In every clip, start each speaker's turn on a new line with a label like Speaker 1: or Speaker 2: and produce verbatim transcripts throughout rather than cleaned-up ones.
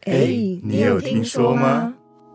Speaker 1: 哎，你有听说吗？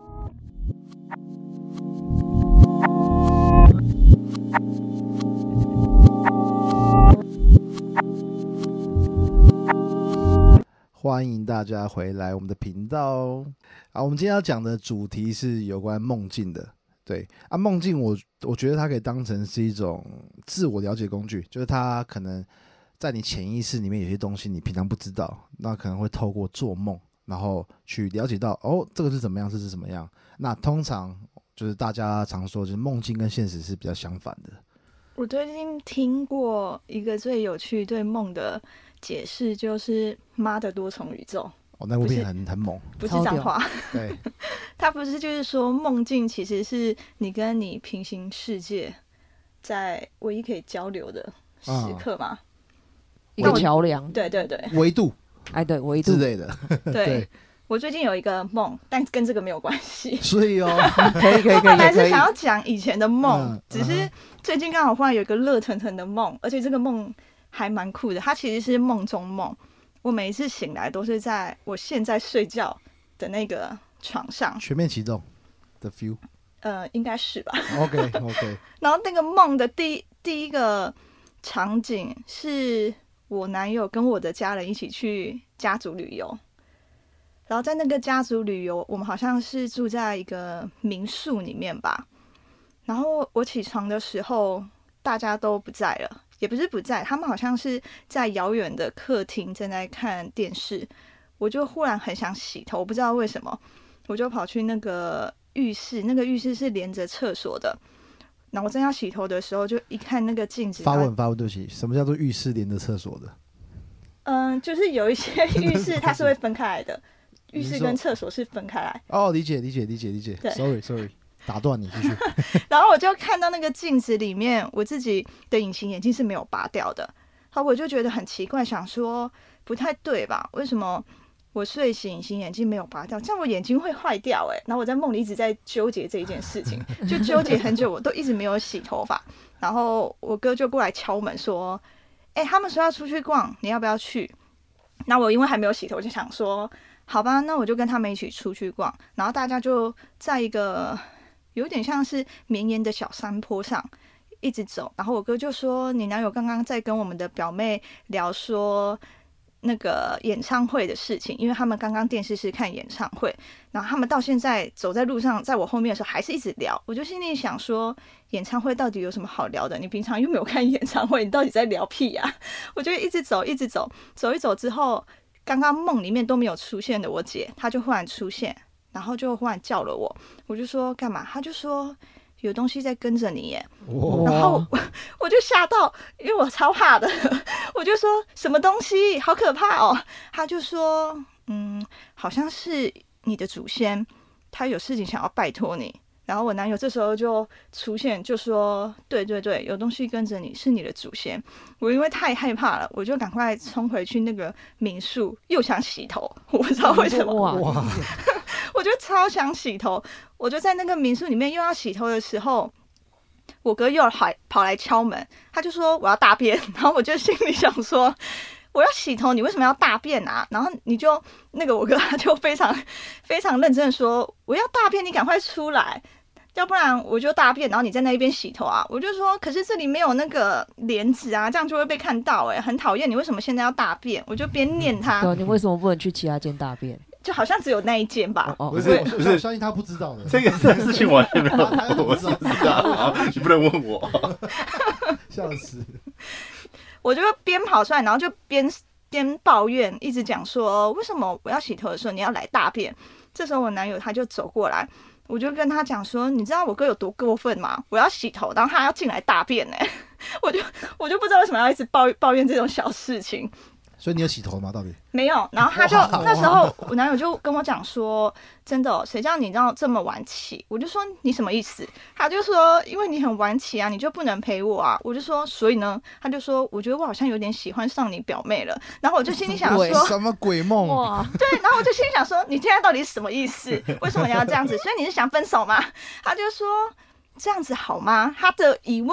Speaker 2: 欢迎大家回来我们的频道。啊，我们今天要讲的主题是有关梦境的。对啊，梦境我我觉得它可以当成是一种自我了解工具，就是它可能在你潜意识里面有些东西你平常不知道，那可能会透过做梦，然后去了解到哦，这个是怎么样，这是怎么样。那通常就是大家常说，就是梦境跟现实是比较相反的。
Speaker 3: 我最近听过一个最有趣对梦的解释，就是妈的多重宇宙。
Speaker 2: 哦，那部片很很猛，
Speaker 3: 不是脏话。
Speaker 2: 对，
Speaker 3: 它不是就是说梦境其实是你跟你平行世界在唯一可以交流的时刻吗？嗯、
Speaker 4: 一个桥梁。
Speaker 3: 对对对，
Speaker 2: 维度，
Speaker 4: 哎，对，维度
Speaker 2: 之类的。
Speaker 3: 对。对，我最近有一个梦，但跟这个没有关系。
Speaker 2: 所以哦，
Speaker 4: 可以可以可以。我
Speaker 3: 本来是想要讲以前的梦，
Speaker 2: 嗯、
Speaker 3: 只是最近刚好忽然有一个热腾腾的梦，而且这个梦还蛮酷的。它其实是梦中梦，我每一次醒来都是在我现在睡觉的那个床上。
Speaker 2: 全面启动的 feel。
Speaker 3: 呃，应该是吧。
Speaker 2: OK OK。
Speaker 3: 然后那个梦的第第一个场景是我男友跟我的家人一起去家族旅游。然后在那个家族旅游，我们好像是住在一个民宿里面吧。然后我起床的时候，大家都不在了，也不是不在，他们好像是在遥远的客厅正在看电视。我就忽然很想洗头，我不知道为什么，我就跑去那个浴室，那个浴室是连着厕所的。然后我正要洗头的时候，就一看那个镜子。
Speaker 2: 发问发问，对不起，什么叫做浴室连着厕所的？
Speaker 3: 嗯，就是有一些浴室它是会分开来的。浴室跟厕所是分开来。
Speaker 2: 哦，理解理解理解理解。Sorry Sorry， 打断你，继续。
Speaker 3: 然后我就看到那个镜子里面，我自己的隐形眼镜是没有拔掉的。好，我就觉得很奇怪，想说不太对吧？为什么我睡醒隐形眼镜没有拔掉？这样我眼睛会坏掉哎、欸。然后我在梦里一直在纠结这一件事情，就纠结很久，我都一直没有洗头发。然后我哥就过来敲门说：“哎、欸，他们说要出去逛，你要不要去？”那我因为还没有洗头，我就想说。好吧，那我就跟他们一起出去逛，然后大家就在一个有点像是绵延的小山坡上一直走，然后我哥就说：“你男友刚刚在跟我们的表妹聊说那个演唱会的事情，因为他们刚刚电视是看演唱会，然后他们到现在走在路上，在我后面的时候还是一直聊。”我就心里想说，演唱会到底有什么好聊的？你平常又没有看演唱会，你到底在聊屁呀、啊？我就一直走，一直走，走一走之后。刚刚梦里面都没有出现的我姐，她就忽然出现，然后就忽然叫了我，我就说干嘛？她就说有东西在跟着你耶，然后 我, 我就吓到，因为我超怕的，我就说什么东西，好可怕哦！她就说嗯，好像是你的祖先，他有事情想要拜托你。然后我男友这时候就出现，就说：“对对对，有东西跟着你，是你的祖先。”我因为太害怕了，我就赶快冲回去那个民宿，又想洗头，我不知道为什么，
Speaker 4: 哇
Speaker 3: 我就超想洗头。我就在那个民宿里面又要洗头的时候，我哥又跑跑来敲门，他就说我要大便，然后我就心里想说。我要洗头，你为什么要大便啊？然后你就那个我哥他就非常非常认真的说，我要大便，你赶快出来，要不然我就大便，然后你在那一边洗头啊。我就说，可是这里没有那个帘子啊，这样就会被看到、欸，哎，很讨厌。你为什么现在要大便？我就边念他，
Speaker 4: 对，你为什么不能去其他间大便？
Speaker 3: 就好像只有那一间吧。
Speaker 1: 哦，不是不是，
Speaker 2: 我相信他不知道的，
Speaker 1: 这个这个事情完全没有，我是不知道，你不能问我，
Speaker 2: 笑死。
Speaker 3: 我就边跑出来，然后就边边抱怨，一直讲说为什么我要洗头的时候你要来大便。这时候我男友他就走过来，我就跟他讲说，你知道我哥有多过分吗？我要洗头，然后他要进来大便呢、欸，我就我就不知道为什么要一直抱抱怨这种小事情。
Speaker 2: 所以你有洗头吗？到底
Speaker 3: 没有。然后他就那时候我男友就跟我讲说，真的、哦，谁叫你让这么晚起？我就说你什么意思？他就说因为你很晚起啊，你就不能陪我啊。我就说所以呢？他就说我觉得我好像有点喜欢上你表妹了。然后我就心里想说
Speaker 2: 什么鬼梦？
Speaker 4: 哇，
Speaker 3: 对，然后我就心里想说你现在到底是什么意思？为什么你要这样子？所以你是想分手吗？他就说这样子好吗？他的疑问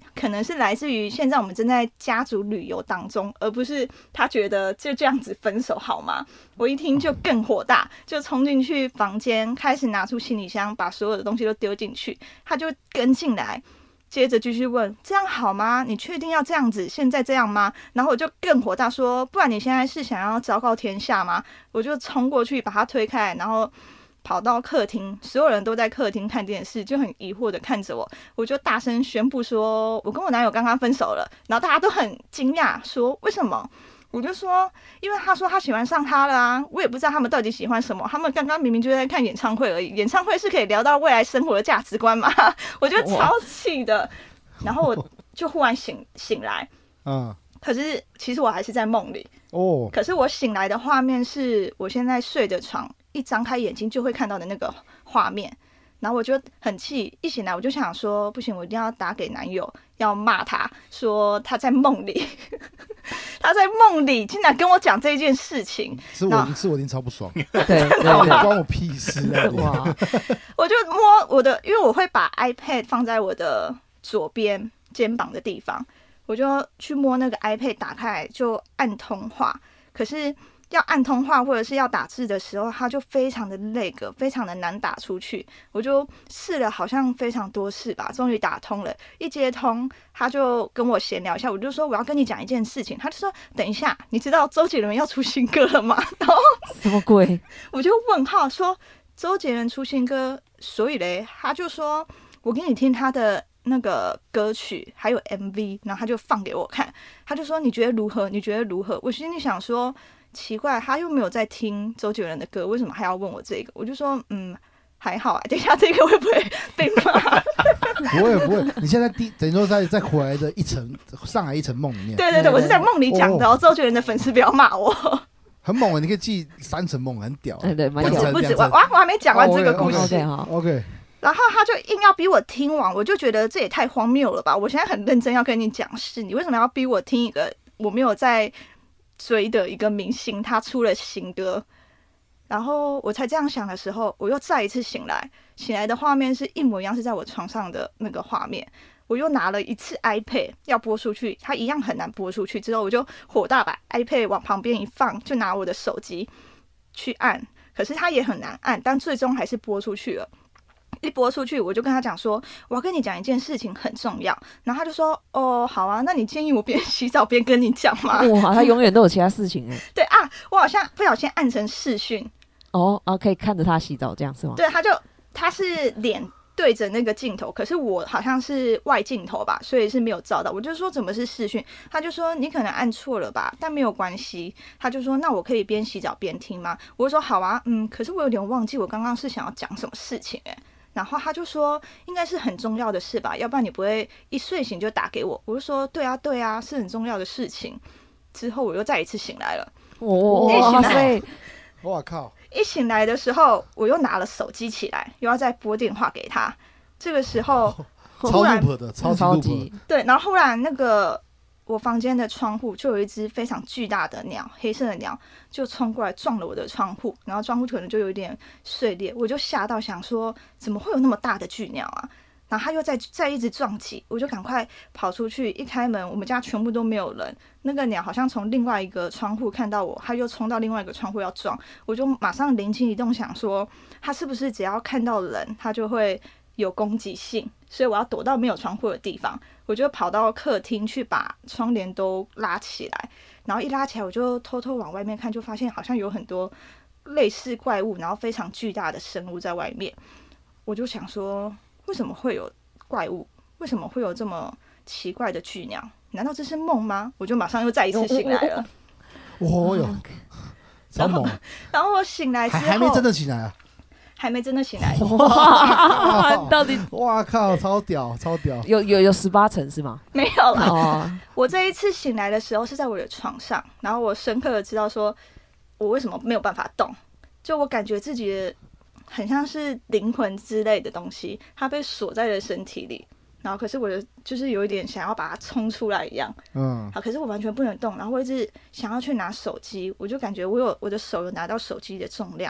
Speaker 3: 可能是来自于现在我们正在家族旅游当中，而不是他觉得就这样子分手好吗？我一听就更火大，就冲进去房间，开始拿出行李箱，把所有的东西都丢进去。他就跟进来，接着继续问：这样好吗？你确定要这样子？现在这样吗？然后我就更火大说：不然你现在是想要昭告天下吗？我就冲过去把他推开，然后跑到客厅，所有人都在客厅看电视，就很疑惑的看着我。我就大声宣布说：我跟我男友刚刚分手了。然后大家都很惊讶，说为什么？我就说，因为他说他喜欢上他了啊，我也不知道他们到底喜欢什么。他们刚刚明明就在看演唱会而已，演唱会是可以聊到未来生活的价值观嘛？我就超气的。然后我就忽然醒醒来，嗯，可是其实我还是在梦里哦。可是我醒来的画面是我现在睡的床，一张开眼睛就会看到的那个画面。然后我就很气，一醒来我就想说，不行，我一定要打给男友，要骂他说他在梦里，他在梦里竟然跟我讲这件事情，
Speaker 2: 是我是我一定超不爽，
Speaker 4: 对对对，
Speaker 2: 关我屁事啊！哇，
Speaker 3: 我就摸我的，因为我会把 iPad 放在我的左边肩膀的地方，我就去摸那个 iPad， 打开来就按通话，可是要按通话或者是要打字的时候，它就非常的累个，非常的难打出去。我就试了好像非常多次吧，终于打通了。一接通，他就跟我闲聊一下，我就说我要跟你讲一件事情。他就说等一下，你知道周杰伦要出新歌了吗？然后
Speaker 4: 什么鬼？
Speaker 3: 我就问号说周杰伦出新歌，所以嘞，他就说我给你听他的那个歌曲还有 M V， 然后他就放给我看，他就说你觉得如何？你觉得如何？我心里想说。奇怪，他又没有在听周杰伦的歌，为什么还要问我这个？我就说，嗯，还好啊。等一下这个会不会被骂？
Speaker 2: 不会不会，你现在第等于说在在回来的一层上来一层梦里面。
Speaker 3: 对对对，我是在梦里讲的哦。周杰伦的粉丝不要骂我。
Speaker 2: 很猛啊！你可以记三层梦，很屌。
Speaker 4: 对对，
Speaker 3: 不止不止，我我我还没讲完这个故事。
Speaker 2: 哦、OK OK。
Speaker 3: 然后他就硬要逼我听完，我就觉得这也太荒谬了吧！我现在很认真要跟你讲事，你为什么要逼我听一个我没有在追的一个明星，他出了新歌，然后我才这样想的时候，我又再一次醒来，醒来的画面是一模一样，是在我床上的那个画面。我又拿了一次 iPad 要播出去，它一样很难播出去。之后我就火大把 iPad 往旁边一放，就拿我的手机去按，可是它也很难按，但最终还是播出去了。一播出去，我就跟他讲说，我要跟你讲一件事情很重要。然后他就说，哦，好啊，那你建议我边洗澡边跟你讲吗？
Speaker 4: 哇，他永远都有其他事情哎。
Speaker 3: 对啊，我好像不小心按成视讯。
Speaker 4: 哦啊，可以看着他洗澡这样是吗？
Speaker 3: 对，他就他是脸对着那个镜头，可是我好像是外镜头吧，所以是没有照到。我就说怎么是视讯？他就说你可能按错了吧，但没有关系。他就说那我可以边洗澡边听吗？我就说好啊，嗯，可是我有点忘记我刚刚是想要讲什么事情哎、欸。然后他就说应该是很重要的事吧，要不然你不会一睡醒就打给我。我就说对啊对啊，是很重要的事情。之后我又再一次醒来了。
Speaker 4: 哇塞！
Speaker 2: 我靠！
Speaker 3: 一醒来的时候，我又拿了手机起来，又要再拨电话给他。这个时候，
Speaker 2: 超 loop 的，超级 loop 的。
Speaker 3: 对，然后忽然那个我房间的窗户就有一只非常巨大的鸟，黑色的鸟就冲过来撞了我的窗户，然后窗户可能就有点碎裂，我就吓到想说怎么会有那么大的巨鸟啊？然后它又再再一直撞击，我就赶快跑出去，一开门我们家全部都没有人，那个鸟好像从另外一个窗户看到我，它又冲到另外一个窗户要撞，我就马上灵机一动想说它是不是只要看到人它就会有攻击性，所以我要躲到没有窗户的地方，我就跑到客厅去把窗帘都拉起来，然后一拉起来我就偷偷往外面看，就发现好像有很多类似怪物，然后非常巨大的生物在外面。我就想说为什么会有怪物，为什么会有这么奇怪的巨鸟，难道这是梦吗？我就马上又再一次醒来了。
Speaker 2: 哦哟，超猛！
Speaker 3: 然后我醒来之后
Speaker 2: 还还没真的醒来啊，
Speaker 3: 还没真的醒来。
Speaker 4: 哇，到底
Speaker 2: 哇靠，超屌，超屌！
Speaker 4: 有有有十八层是吗？
Speaker 3: 没有了。
Speaker 4: 哦，
Speaker 3: 我这一次醒来的时候是在我的床上，然后我深刻的知道说，我为什么没有办法动，就我感觉自己的很像是灵魂之类的东西，它被锁在了身体里。然后可是我的就是有一点想要把它冲出来一样，嗯，好，可是我完全不能动，然后我一直想要去拿手机，我就感觉我有我的手有拿到手机的重量，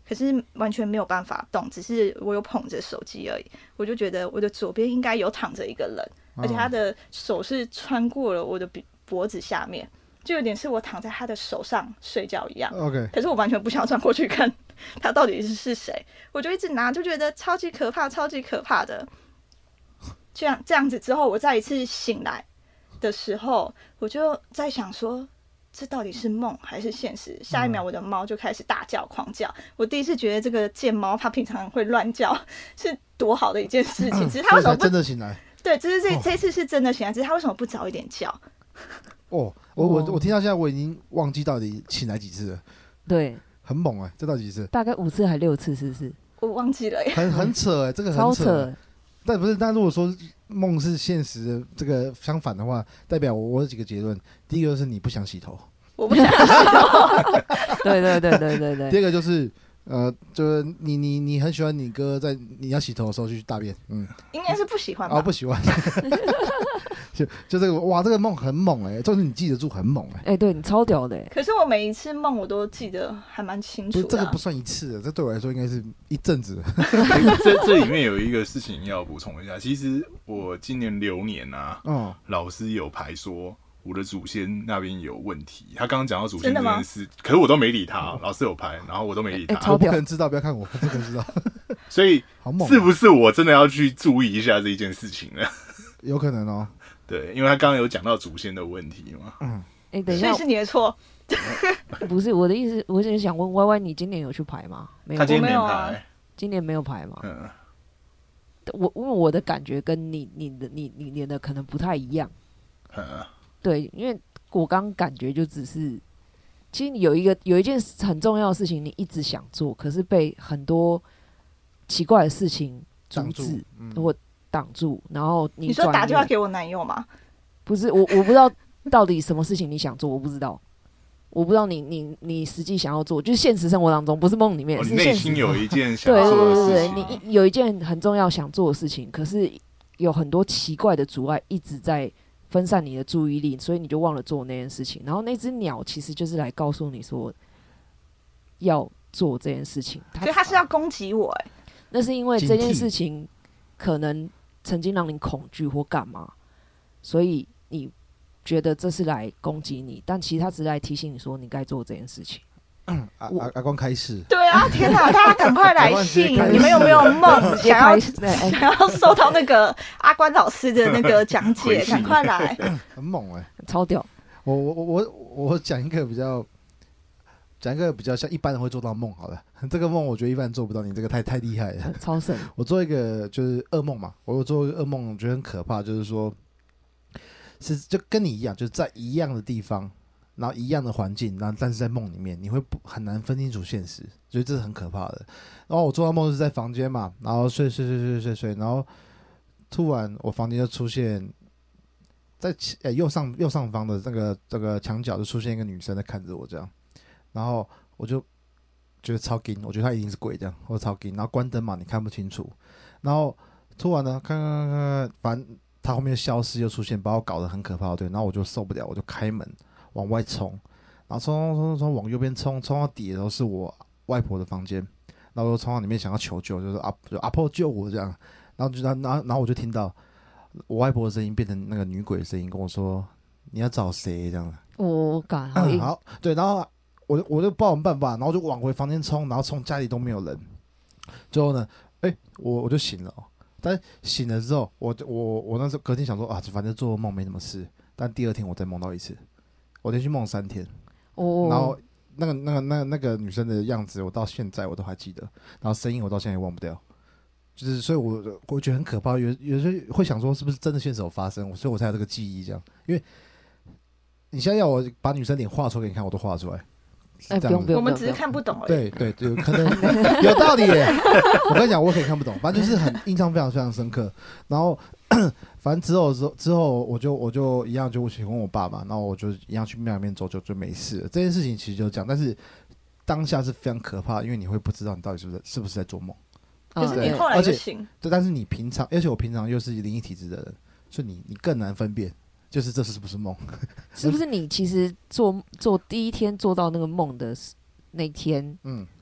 Speaker 3: 可是完全没有办法动，只是我有捧着手机而已。我就觉得我的左边应该有躺着一个人，而且他的手是穿过了我的脖子下面，就有点是我躺在他的手上睡觉一样。
Speaker 2: OK，
Speaker 3: 可是我完全不想转过去看他到底是是谁，我就一直拿，就觉得超级可怕，超级可怕的。这样这样子之后，我再一次醒来的时候，我就在想说，这到底是梦还是现实？下一秒，我的猫就开始大叫狂叫。我第一次觉得这个贱猫，它平常会乱叫，是多好的一件事情。只是它为什么不
Speaker 2: 真的醒来？
Speaker 3: 对，只是这、哦、这次是真的醒来，只是它为什么不早一点叫？
Speaker 2: 哦，我我我听到现在，我已经忘记到底醒来几次了。
Speaker 4: 对，
Speaker 2: 很猛哎、欸，这到底几次？
Speaker 4: 大概五次还六次，是不是？
Speaker 3: 我忘记了、欸，
Speaker 2: 很很扯哎、欸，这个很扯。
Speaker 4: 超扯。
Speaker 2: 但不是，但如果说梦是现实的这个相反的话，代表我我有几个结论。第一个就是你不想洗头，
Speaker 3: 我不想洗头。
Speaker 4: 对对对对对对。
Speaker 2: 第二个就是呃，就是你你你很喜欢你哥在你要洗头的时候去大便，嗯，
Speaker 3: 应该是不喜欢吧？
Speaker 2: 哦，不喜欢。就就这个哇，这个梦很猛哎、欸，就是你记得住很猛哎、欸。
Speaker 4: 哎、欸，对你超屌的、欸。
Speaker 3: 可是我每一次梦我都记得还蛮清楚的、啊。
Speaker 2: 这个不算一次的，这对我来说应该是一阵子的。
Speaker 1: 这这里面有一个事情要补充一下，其实我今年流年啊，哦、老师有排说我的祖先那边有问题。他刚刚讲到祖先这件事，可是我都没理他，老师有排，然后我都没理他。
Speaker 2: 欸、我不可能知道，不要看我，不可能知道。
Speaker 1: 所以，是不是我真的要去注意一下这一件事情呢？
Speaker 2: 有可能哦。
Speaker 1: 对，因为他刚刚有讲到祖先的问题嘛。
Speaker 4: 嗯，哎、欸，等一下，
Speaker 3: 所以是你的错。
Speaker 4: 不是我的意思，我只是想问 Y Y， 你今年有去排吗？没有，
Speaker 1: 他今年没排、
Speaker 3: 啊，
Speaker 4: 今年没有排吗？
Speaker 1: 嗯，
Speaker 4: 我因为我的感觉跟你你的你你你的可能不太一样。
Speaker 1: 嗯，
Speaker 4: 对，因为我刚感觉就只是，其实你有一个有一件很重要的事情，你一直想做，可是被很多奇怪的事情阻止或挡住，然后你
Speaker 3: 你说打电话给我男友吗？
Speaker 4: 不是，我我不知道到底什么事情你想做，我不知道，我不知道你你你实际想要做，就是现实生活当中，不是梦里面，
Speaker 1: 哦、
Speaker 4: 是
Speaker 1: 内心有一件想做的事情，
Speaker 4: 对对对对，你有一件很重要想做的事情，可是有很多奇怪的阻碍一直在分散你的注意力，所以你就忘了做那件事情。然后那只鸟其实就是来告诉你说要做这件事情，
Speaker 3: 所以它是要攻击我哎、欸。
Speaker 4: 那是因为这件事情可能曾经让你恐惧或干嘛，所以你觉得这是来攻击你，但其实他只是来提醒你说你该做这件事情。
Speaker 2: 嗯、阿阿阿光开始，
Speaker 3: 对啊，天哪，大家赶快来信，你们有没有梦想要想要收到那个阿关老师的那个讲解？赶快来，
Speaker 2: 很猛哎、
Speaker 4: 欸，超屌！
Speaker 2: 我我我我讲一个比较。讲一个比较像一般人会做到梦好了，这个梦我觉得一般人做不到，你这个太太厉害了，
Speaker 4: 超神。
Speaker 2: 我做一个就是噩梦嘛，我有做一个噩梦，我觉得很可怕，就是说，是就跟你一样，就是在一样的地方，然后一样的环境，然后但是在梦里面，你会不很难分清楚现实，所以这是很可怕的。然后我做到梦是在房间嘛，然后睡睡睡睡睡睡，然后突然我房间就出现在、欸、右上右上方的那个这个墙角就出现一个女生在看着我这样。然后我就觉得超惊，我觉得他一定是鬼这样，或者超惊。然后关灯嘛，你看不清楚。然后突然呢，看看看看，反正他后面消失又出现，把我搞得很可怕，对。然后我就受不了，我就开门往外冲，然后冲冲冲冲往右边冲，冲到底的时候是我外婆的房间，然后我就冲到里面想要求救，就是阿就阿婆救我这样。然后就然后然后我就听到我外婆的声音变成那个女鬼的声音，跟我说你要找谁这样。
Speaker 4: 我感好、
Speaker 2: 嗯、好对，然后。我就我就不知道怎么办法，然后就往回房间冲，然后冲家里都没有人。最后呢，哎、欸，我我就醒了、喔。但醒了之后，我我我那时候隔天想说啊，反正做梦没什么事。但第二天我再梦到一次，我连续梦三天。哦。然后那个那个那个那个女生的样子，我到现在我都还记得。然后声音我到现在也忘不掉。就是所以我，我我觉得很可怕。有有时候会想说，是不是真的现实有发生？所以我才有这个记忆这样。因为你现在要我把女生脸画出来给你看，我都画出来。
Speaker 4: 哎、欸，不用不用，
Speaker 3: 我们只是看不懂而已。
Speaker 2: 对对对，可能有道理耶。我跟你讲，我可以看不懂，反正就是很印象非常非常深刻。然后，反正之后之后之后，我就我就一样就去问我爸嘛，然后我就一样去庙里面走，就就没事了。这件事情其实就这样，但是当下是非常可怕，因为你会不知道你到底是不是是不是在做梦。
Speaker 3: 可是你后来就醒。
Speaker 2: 对，但是你平常，而且我平常又是灵异体质的人，所以你你更难分辨。就是这是不是梦？
Speaker 4: 是不是你其实做做第一天做到那个梦的那天，嗯，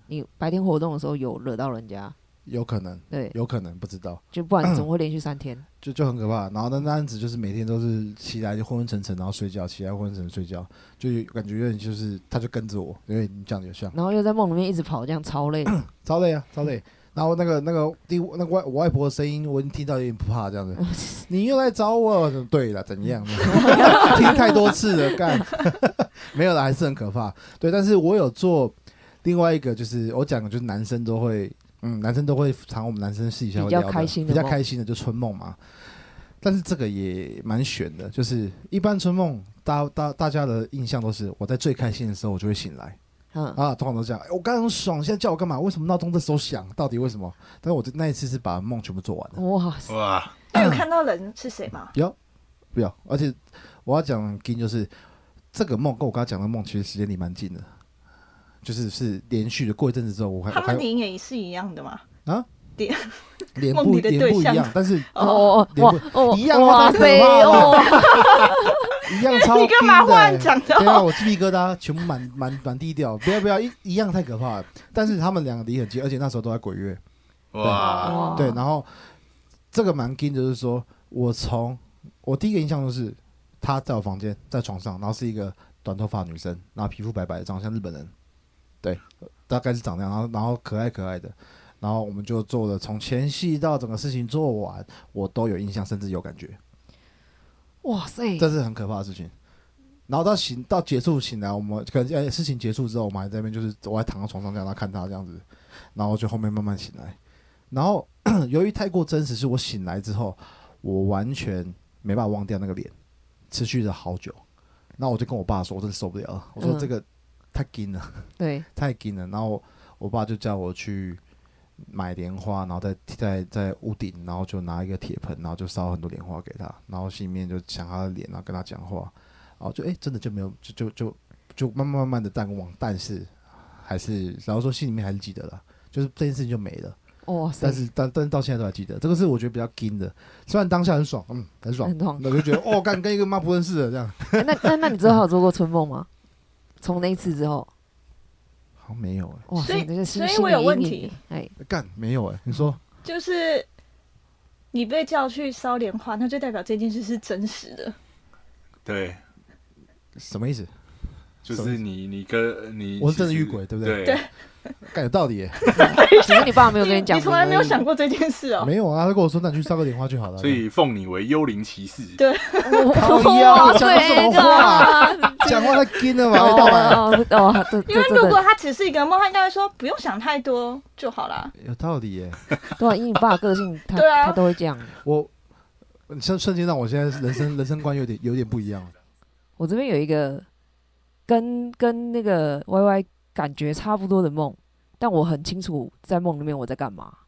Speaker 4: 你白天活动的时候有惹到人家？
Speaker 2: 有可能，
Speaker 4: 对，
Speaker 2: 有可能不知道，
Speaker 4: 就不然怎么会连续三天？
Speaker 2: 就就很可怕。然后那那样子就是每天都是起来就昏昏沉沉，然后睡觉，起来昏昏沉沉睡觉，就感觉有点就是他就跟着我，因为你讲的有像。
Speaker 4: 然后又在梦里面一直跑，这样超累，
Speaker 2: 超累啊，超累。然后那个那个第那个外我外婆的声音，我已经听到有点不怕这样子。你又来找我？对了，怎样？听太多次了，干没有了，还是很可怕。对，但是我有做另外一个，就是我讲的，就是男生都会。嗯，男生都会常我们男生私底下会聊的
Speaker 4: 比较开心的
Speaker 2: 比较开心的就春梦嘛，但是这个也蛮悬的，就是一般春梦大大大家的印象都是我在最开心的时候我就会醒来，嗯啊，通常都这样，欸、我刚刚很爽，现在叫我干嘛？为什么闹钟这时候响？到底为什么？但是我那一次是把梦全部做完了。
Speaker 4: 哇
Speaker 1: 哇！
Speaker 3: 那有看到人是谁吗？
Speaker 2: 有，不要，而且我要讲的就是这个梦跟我刚刚讲的梦其实时间离蛮近的。就是是连续的，过一阵子之后，我还
Speaker 3: 他们脸也是一样的吗？
Speaker 2: 啊，
Speaker 3: 脸
Speaker 2: 脸不脸不一样，但是
Speaker 4: 哦
Speaker 2: 哦哦一样
Speaker 4: 哇塞
Speaker 2: 哦，一样超。
Speaker 3: 你干嘛忽然讲的？
Speaker 2: 对啊，我鸡皮疙瘩全部满满满地掉，不要不要，一一样太可怕了。但是他们两个离很近，而且那时候都在鬼月。哇，对，然后这个蛮惊，就是说我从我第一个印象就是他在我房间，在床上，然后是一个短头发女生，然后皮肤白白的，长得像日本人。对，大概是长那样，然后然后可爱可爱的，然后我们就做了从前戏到整个事情做完，我都有印象，甚至有感觉。
Speaker 4: 哇塞，
Speaker 2: 这是很可怕的事情。然后到醒到结束醒来，我们可能、欸、事情结束之后，我们还在那边，就是我还躺在床上这样，然后看他这样子，然后就后面慢慢醒来。然后由于太过真实，是我醒来之后，我完全没办法忘掉那个脸，持续了好久。然后我就跟我爸说，我真的受不了了，我说这个。嗯太紧了，
Speaker 4: 对，
Speaker 2: 太紧了。然后我爸就叫我去买莲花，然后在在在屋顶，然后就拿一个铁盆，然后就烧很多莲花给他，然后心里面就想他的脸，然后跟他讲话，然后就哎、欸，真的就没有，就就就就慢慢慢慢的淡忘，但是还是，然后说心里面还是记得了，就是这件事情就没了。
Speaker 4: 哇
Speaker 2: 但是但但是到现在都还记得，这个是我觉得比较紧的。虽然当下很爽，嗯，很爽，
Speaker 4: 很爽，
Speaker 2: 我就觉得哦，干跟一个妈不认识的这样。
Speaker 4: 欸、那那那你之后有做过春梦吗？从那一次之后，
Speaker 2: 好像没有哎、
Speaker 4: 欸。哇，
Speaker 3: 所以
Speaker 4: 所
Speaker 3: 以我有问题
Speaker 2: 哎，干没有哎、欸，你说
Speaker 3: 就是你被叫去烧莲花，那就代表这件事是真实的。
Speaker 1: 对，
Speaker 2: 什么意思？
Speaker 1: 就是你你跟你，
Speaker 2: 我是真的遇鬼，对不对？
Speaker 1: 对，
Speaker 2: 干有道理耶。
Speaker 4: 只是你爸没有跟你讲，
Speaker 3: 你从来没有想过这件事哦。
Speaker 2: 没有啊，他跟我说，那你去烧个莲花就好了。
Speaker 1: 所以奉你为幽灵骑士。
Speaker 3: 对，
Speaker 2: 靠腰讲什么话？讲话太硬了吧？
Speaker 4: 哦哦，
Speaker 3: 因为如果他只是一个梦，他应该会说不用想太多就好啦。
Speaker 2: 有道理耶。
Speaker 4: 对啊，以你爸的个性，他他都会这样。
Speaker 2: 我，你瞬瞬间让我现在人生人生观有点有点不一样。
Speaker 4: 我这边有一个跟跟那个 Y Y 感觉差不多的梦，但我很清楚在梦里面我在干嘛。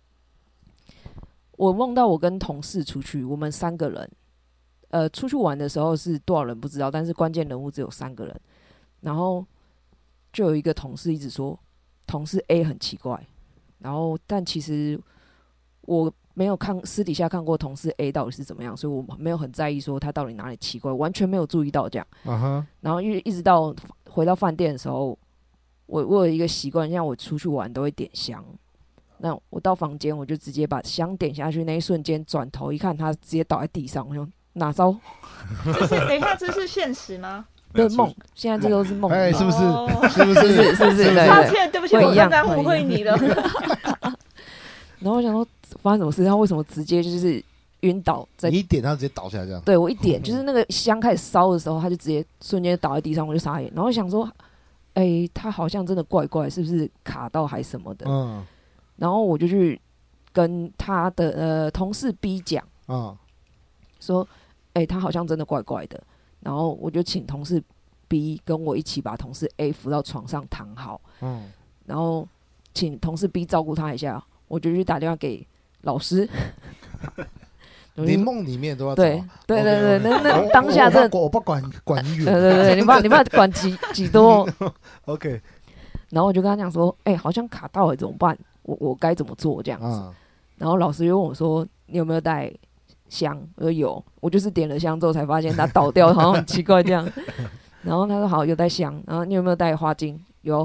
Speaker 4: 我梦到我跟同事出去，我们三个人，呃，出去玩的时候是多少人不知道，但是关键人物只有三个人。然后就有一个同事一直说同事 A 很奇怪，然后但其实我没有看私底下看过同事 A 到底是怎么样，所以我没有很在意说他到底哪里奇怪，完全没有注意到这样。Uh-huh. 然后一直到回到饭店的时候，我我有一个习惯，像我出去玩都会点香。那我到房间，我就直接把香点下去，那一瞬间转头一看，他直接倒在地上，我说哪招？
Speaker 3: 这是等一下，这是现实吗？
Speaker 4: 对，梦，现在这都是梦。
Speaker 2: 哎，是不是？
Speaker 3: 哦、
Speaker 2: 是不是？
Speaker 4: 是是是？
Speaker 3: 抱歉，对不起，我刚刚误会你了。
Speaker 4: 然后我想说发生什么事，他为什么直接就是晕倒在？
Speaker 2: 你一点，他直接倒下来这样。
Speaker 4: 对我一点，就是那个香开始烧的时候，他就直接瞬间倒在地上，我就傻眼。然后想说，哎、欸，他好像真的怪怪，是不是卡到还什么的？嗯。然后我就去跟他的呃同事 B 讲，嗯，说，哎、欸，他好像真的怪怪的。然后我就请同事 B 跟我一起把同事 A 扶到床上躺好，嗯，然后请同事 B 照顾他一下。我就去打电话给老师。
Speaker 2: 你梦里面都要
Speaker 4: 对对对对，那那当下这
Speaker 2: 我不管管你远，
Speaker 4: 对对对，你不你不管几几多
Speaker 2: ，OK。
Speaker 4: 然后我就跟他讲说，哎、欸，好像卡到了，怎么办？我我该怎么做这样子？嗯、然后老师又问我说，你有没有带香？我说有，我就是点了香之后才发现它倒掉，好像很奇怪这样。然后他说好，有带香。然后你有没有带花巾？有。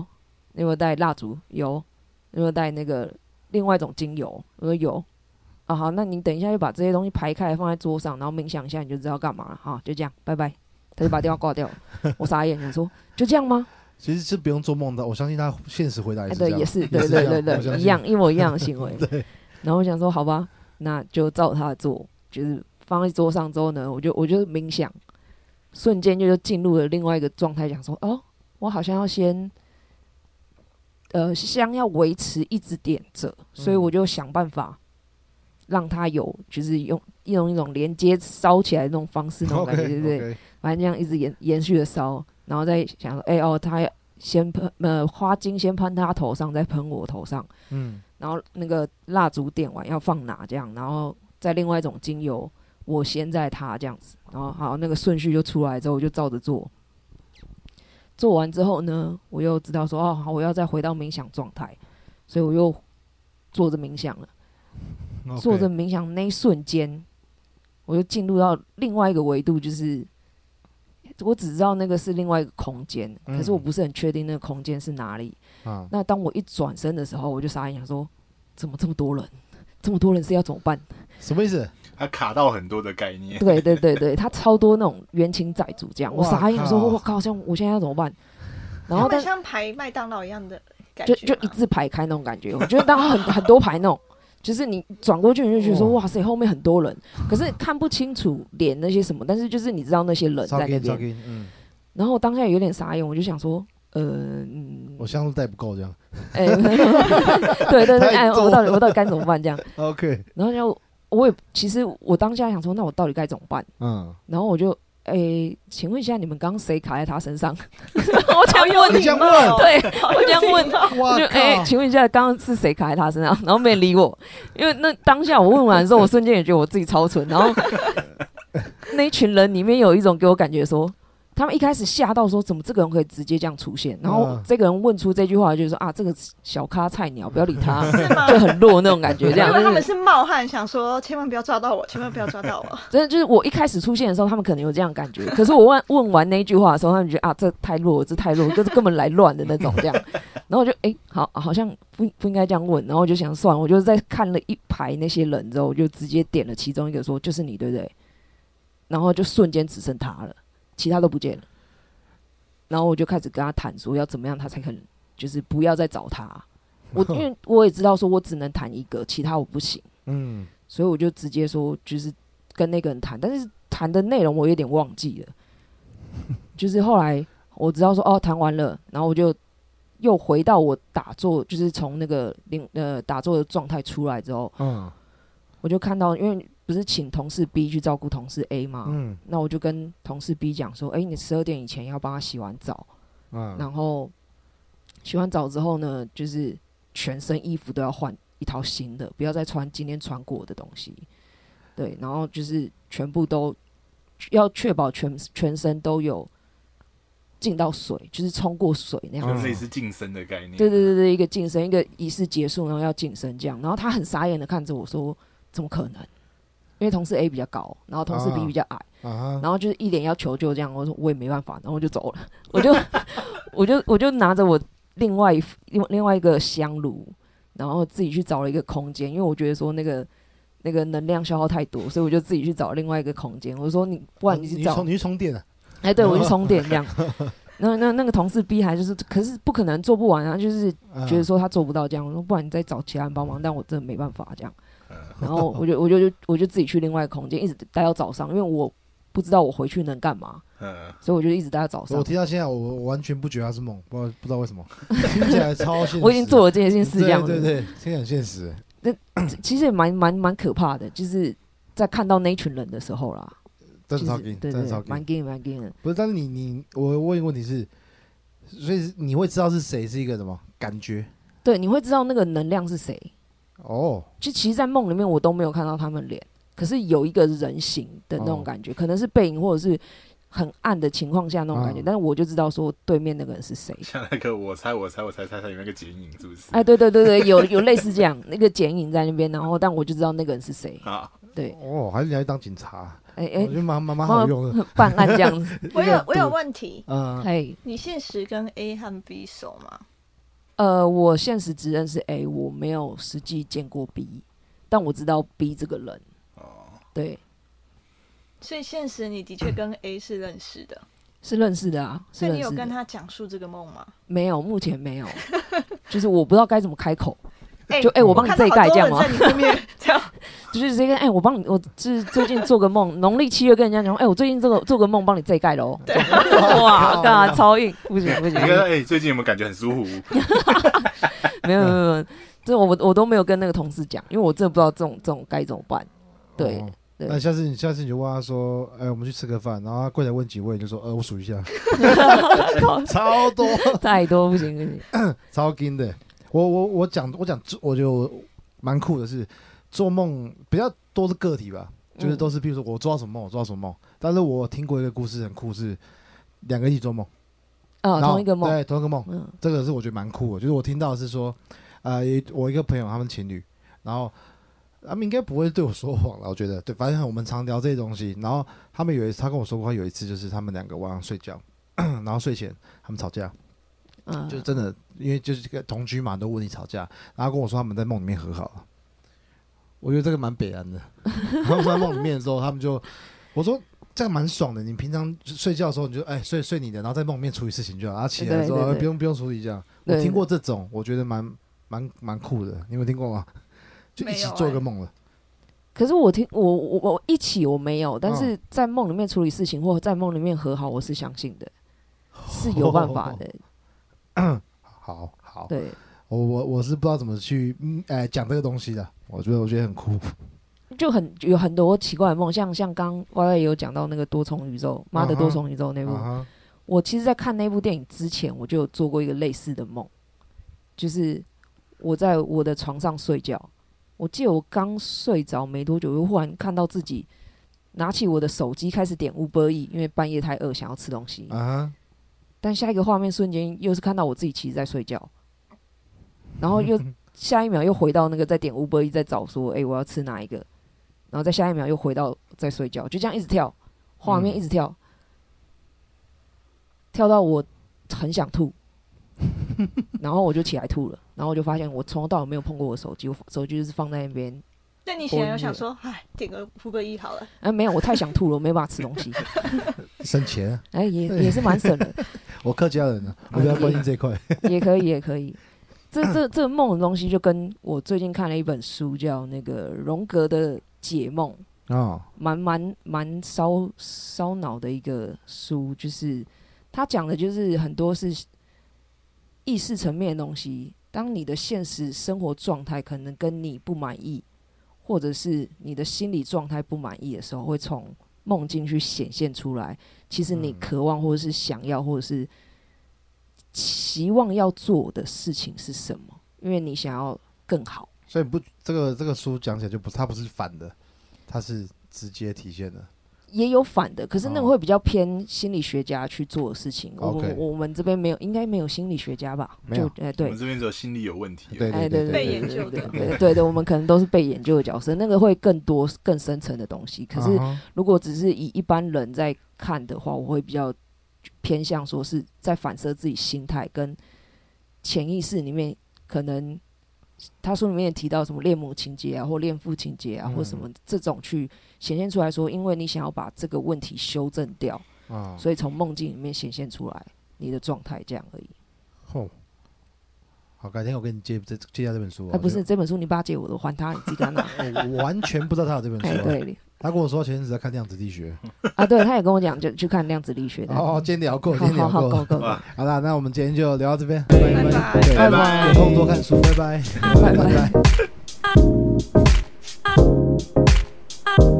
Speaker 4: 你有没有带蜡烛？有。有没有带那个另外一种精油？我说有。啊好，那你等一下就把这些东西排开来放在桌上，然后冥想一下，你就知道干嘛了。好，就这样，拜拜。他就把电话挂掉了。我傻眼，想说就这样吗？
Speaker 2: 其实是不用做梦的，我相信他现实回答也是这样。
Speaker 4: 对，也是，对对对对，一样一模一样的行为。
Speaker 2: 对。
Speaker 4: 然后我想说，好吧，那就照他的做，就是放在桌上之后呢，我就我就冥想，瞬间就就进入了另外一个状态，想说，哦，我好像要先。呃，香要维持一直点着，所以我就想办法让它有，就是用用一种连接烧起来的那种方式，那种感觉， okay, 对不对？ Okay. 反正这样一直延延续的烧，然后再想说，哎、欸、哦，它先喷呃花精先喷它头上，再喷我头上，嗯，然后那个蜡烛点完要放哪这样，然后再另外一种精油我先在它这样子，然后好那个顺序就出来之后，我就照着做。做完之后呢，我又知道说哦，好，我要再回到冥想状态，所以我又坐着冥想了。Okay. 坐着冥想那一瞬间，我就进入到另外一个维度，就是我只知道那个是另外一个空间，嗯、可是我不是很确定那个空间是哪里。啊、那当我一转身的时候，我就傻眼想说，怎么这么多人？这么多人是要怎么办？
Speaker 2: 什么意思？
Speaker 1: 他卡到很多的概念，
Speaker 4: 对对对对，他超多那种冤亲债主这样，我傻眼说，我靠，像我现在要怎么办？然后但
Speaker 3: 像排麦当劳一样的感觉，
Speaker 4: 就就一字排开那种感觉。我觉得当很很多排那种，就是你转过去你就觉得说，哇塞，后面很多人，可是看不清楚脸那些什么，但是就是你知道那些人在那边。嗯。然后当下有点傻眼，我就想说，呃，嗯、
Speaker 2: 我香素带不够这样。
Speaker 4: 哎、欸，对对对，哎，我到底我到底该怎么办这样
Speaker 2: ？OK。
Speaker 4: 然后就。我也其实我当下想说，那我到底该怎么办？嗯，然后我就诶、欸，请问一下，你们刚刚谁卡在他身上？我这样问，
Speaker 2: 你这样问，
Speaker 4: 对我这样问，我就诶、欸，请问一下，刚刚是谁卡在他身上？然后没人理我，因为那当下我问完之后，我瞬间也觉得我自己超蠢。然后那一群人里面有一种给我感觉说。他们一开始吓到说，怎么这个人可以直接这样出现？然后这个人问出这句话，就是说啊，这个小咖菜鸟，不要理他，就很弱那种感觉。这样，
Speaker 3: 因为他们是冒汗，想说千万不要抓到我，千万不要抓到我。
Speaker 4: 真的就是我一开始出现的时候，他们可能有这样感觉。可是我问问完那句话的时候，他们觉得啊，这太弱，这太弱，这是根本来乱的那种这样。然后我就哎、欸，好，好像不不应该这样问。然后我就想算了，我就在看了一排那些人之后，我就直接点了其中一个说，就是你，对不对？然后就瞬间只剩他了。其他都不见了，然后我就开始跟他谈说要怎么样他才可能就是不要再找他。我因为我也知道说我只能谈一个，其他我不行，嗯，所以我就直接说就是跟那个人谈，但是谈的内容我有点忘记了。就是后来我知道说哦谈完了，然后我就又回到我打坐，就是从那个呃打坐的状态出来之后，嗯，我就看到因为。不是请同事 B 去照顾同事 A 吗？嗯，那我就跟同事 B 讲说，哎、欸，你十二点以前要帮他洗完澡，嗯，然后洗完澡之后呢，就是全身衣服都要换一套新的，不要再穿今天穿过的东西。对，然后就是全部都要确保全全身都有进到水，就是冲过水那样子。
Speaker 1: 这也是净身的概念。
Speaker 4: 对对对对，一个净身，一个仪式结束，然后要净身这样。然后他很傻眼的看着我说，怎么可能？因为同事 A 比较高，然后同事 B 比较矮，啊、然后就是一脸要求救这样，我说我也没办法，然后我就走了，我就我就我就拿着我另外一另另外一个香炉，然后自己去找了一个空间，因为我觉得说那个那个能量消耗太多，所以我就自己去找另外一个空间。我说你不然你去找，
Speaker 2: 啊、你去充电啊？
Speaker 4: 哎，对我去充电这样。那那那个同事 B 还就是，可是不可能做不完啊，就是觉得说他做不到这样，我说不然你再找其他人帮忙，但我真的没办法这样。然后我就我就我就自己去另外一个空间，一直待到早上，因为我不知道我回去能干嘛，所以我就一直待到早上。
Speaker 2: 我听到现在，我我完全不觉得它是梦，不知道不知道为什么，听起来超现实。
Speaker 4: 我已经做了这件事，这样子，
Speaker 2: 对对对，听起来很现实。
Speaker 4: 那其实也蛮蛮蛮可怕的，就是在看到那一群人的时候啦，
Speaker 2: 真的超惊，
Speaker 4: 对对，蛮惊蛮惊的。
Speaker 2: 不是，但是你你我问一个问题是，所以你会知道是谁是一个什么感觉？
Speaker 4: 对，你会知道那个能量是谁。
Speaker 2: 哦，
Speaker 4: 就其实，在梦里面我都没有看到他们脸，可是有一个人形的那种感觉，哦、可能是背影或者是很暗的情况下那种感觉，哦、但是我就知道说对面那个人是谁。
Speaker 1: 像那个我猜我猜我猜猜猜里面那个剪影是不是？
Speaker 4: 哎，对对对对，有有类似这样，那个剪影在那边，然后但我就知道那个人是谁啊。对，
Speaker 2: 哦，还是你要当警察？
Speaker 4: 哎哎，
Speaker 2: 我觉得蛮蛮蛮好用的，
Speaker 4: 办案这样子。
Speaker 3: 我有我有问题，
Speaker 4: 嗯，嘿，
Speaker 3: 你现实跟 A 和 B 熟吗？
Speaker 4: 呃，我现实只认识 A， 我没有实际见过 B， 但我知道 B 这个人。哦，对。
Speaker 3: 所以现实你的确跟 A 是认识的。
Speaker 4: 是认识的啊。
Speaker 3: 所以你有跟他讲述这个梦吗？
Speaker 4: 没有，目前没有。就是我不知道该怎么开口。就哎、欸，我帮你这一盖这样吗？
Speaker 3: 这样
Speaker 4: 就是直接跟哎、欸，我帮你，我就是最近做个梦，农历七月跟人家讲，哎、欸，我最近这个做个梦，帮你这一盖喽。哇，干嘛超硬？不行不行。
Speaker 1: 你看，哎、欸，最近有没有感觉很舒服？
Speaker 4: 没有没有没有，这我我都没有跟那个同事讲，因为我真的不知道这种这种该怎么办。对。哦
Speaker 2: 那下次你下次你就问他说，哎、欸，我们去吃个饭，然后他柜台问几位，你就说，呃，我数一下，超多，
Speaker 4: 太多不行不行，
Speaker 2: 超劲的。我我我讲我讲，我觉得我蛮酷的是，做梦比较多是个体吧，就是都是，比如说我做到什么梦，我做到什么梦。但是我听过一个故事很酷，是两个一起做梦，
Speaker 4: 哦，同一个梦，
Speaker 2: 对，同一个梦，嗯，这个是我觉得蛮酷的。就是我听到的是说，呃，我一个朋友他们情侣，然后。他们应该不会对我说谎了，我觉得对，反正我们常聊这些东西。然后他们有一次，他跟我说过，有一次就是他们两个晚上睡觉，然后睡前他们吵架，嗯，就真的因为就是个同居嘛，都问你吵架，然后跟我说他们在梦里面和好了。我觉得这个蛮北然的。然后在梦里面的时候，他们就我说这样蛮爽的。你平常睡觉的时候，你就哎睡睡你的，然后在梦里面处理事情就好，然后起来的时候对对对不用不用处理这样。我听过这种，我觉得蛮蛮蛮酷的。你有没有听过吗？就一起做一个梦了、欸，
Speaker 4: 可是我听我我我一起我没有，但是在梦里面处理事情或者在梦里面和好，我是相信的，是有办法的。
Speaker 2: 哦、好好，
Speaker 4: 对，
Speaker 2: 我我我是不知道怎么去哎讲这个东西的，我觉得我觉得很酷，
Speaker 4: 就很有很多奇怪的梦，像像刚 Y Y 也有讲到那个多重宇宙，妈的多重宇宙那部， uh-huh. 我其实在看那部电影之前，我就有做过一个类似的梦，就是我在我的床上睡觉。我记得我刚睡着没多久，又忽然看到自己拿起我的手机开始点 Uber Eats， 因为半夜太饿想要吃东西。Uh-huh. 但下一个画面瞬间又是看到我自己其实在睡觉，然后又下一秒又回到那个在点 Uber Eats 在找说，哎、欸，我要吃哪一个？然后在下一秒又回到在睡觉，就这样一直跳，画面一直跳，嗯、跳到我很想吐。然后我就起来吐了，然后我就发现我从头到尾没有碰过我手机，我手机就是放在那边。
Speaker 3: 那你起来有想说，哎，点个Uber Eats好了？
Speaker 4: 哎、啊，没有，我太想吐了，我没办法吃东西。
Speaker 2: 省钱、啊，
Speaker 4: 哎，也也是蛮省的。
Speaker 2: 我客家人呢、啊，我比较关心这一块。
Speaker 4: 也可以，也可以。这这这梦的东西，就跟我最近看了一本书，叫那个荣格的解梦啊，蛮蛮蛮烧烧脑的一个书，就是他讲的就是很多是。意识层面的东西，当你的现实生活状态可能跟你不满意，或者是你的心理状态不满意的时候，会从梦境去显现出来。其实你渴望或者是想要或者是期望要做的事情是什么？因为你想要更好。
Speaker 2: 所以不，这个这个书讲起来就不，它不是反的，它是直接体现的。
Speaker 4: 也有反的，可是那个会比较偏心理学家去做的事情。哦、我们我们这边没有，应该没有心理学家吧？
Speaker 2: 没有，
Speaker 4: 就哎、欸、对，
Speaker 1: 我们这边只有心理有问题。
Speaker 2: 对对对对，
Speaker 3: 被研究的。
Speaker 4: 对对对，我们可能都是被研究的角色，那个会更多更深层的东西。可是如果只是以一般人在看的话，我会比较偏向说是在反射自己心态跟潜意识里面可能。他书里面也提到什么恋母情节啊，或恋父情节啊，嗯、或什么这种去显现出来说，因为你想要把这个问题修正掉，哦、所以从梦境里面显现出来你的状态这样而已。
Speaker 2: 哦，好，改天我跟你借这借下这本书、啊。
Speaker 4: 哎、啊，不是这本书，你爸借我的，还他，你自己跟他拿。
Speaker 2: 我完全不知道他有这本书、啊。
Speaker 4: 对。
Speaker 2: 他跟我说前阵子在看量子力学
Speaker 4: 啊，对，他也跟我讲就去看量子力学的。
Speaker 2: 哦，今天聊过，今天聊过，
Speaker 4: 好好够够。
Speaker 2: 好啦，那我们今天就聊到这边，
Speaker 3: 拜拜拜拜，
Speaker 2: 拜拜，有空多看书，拜拜，拜拜。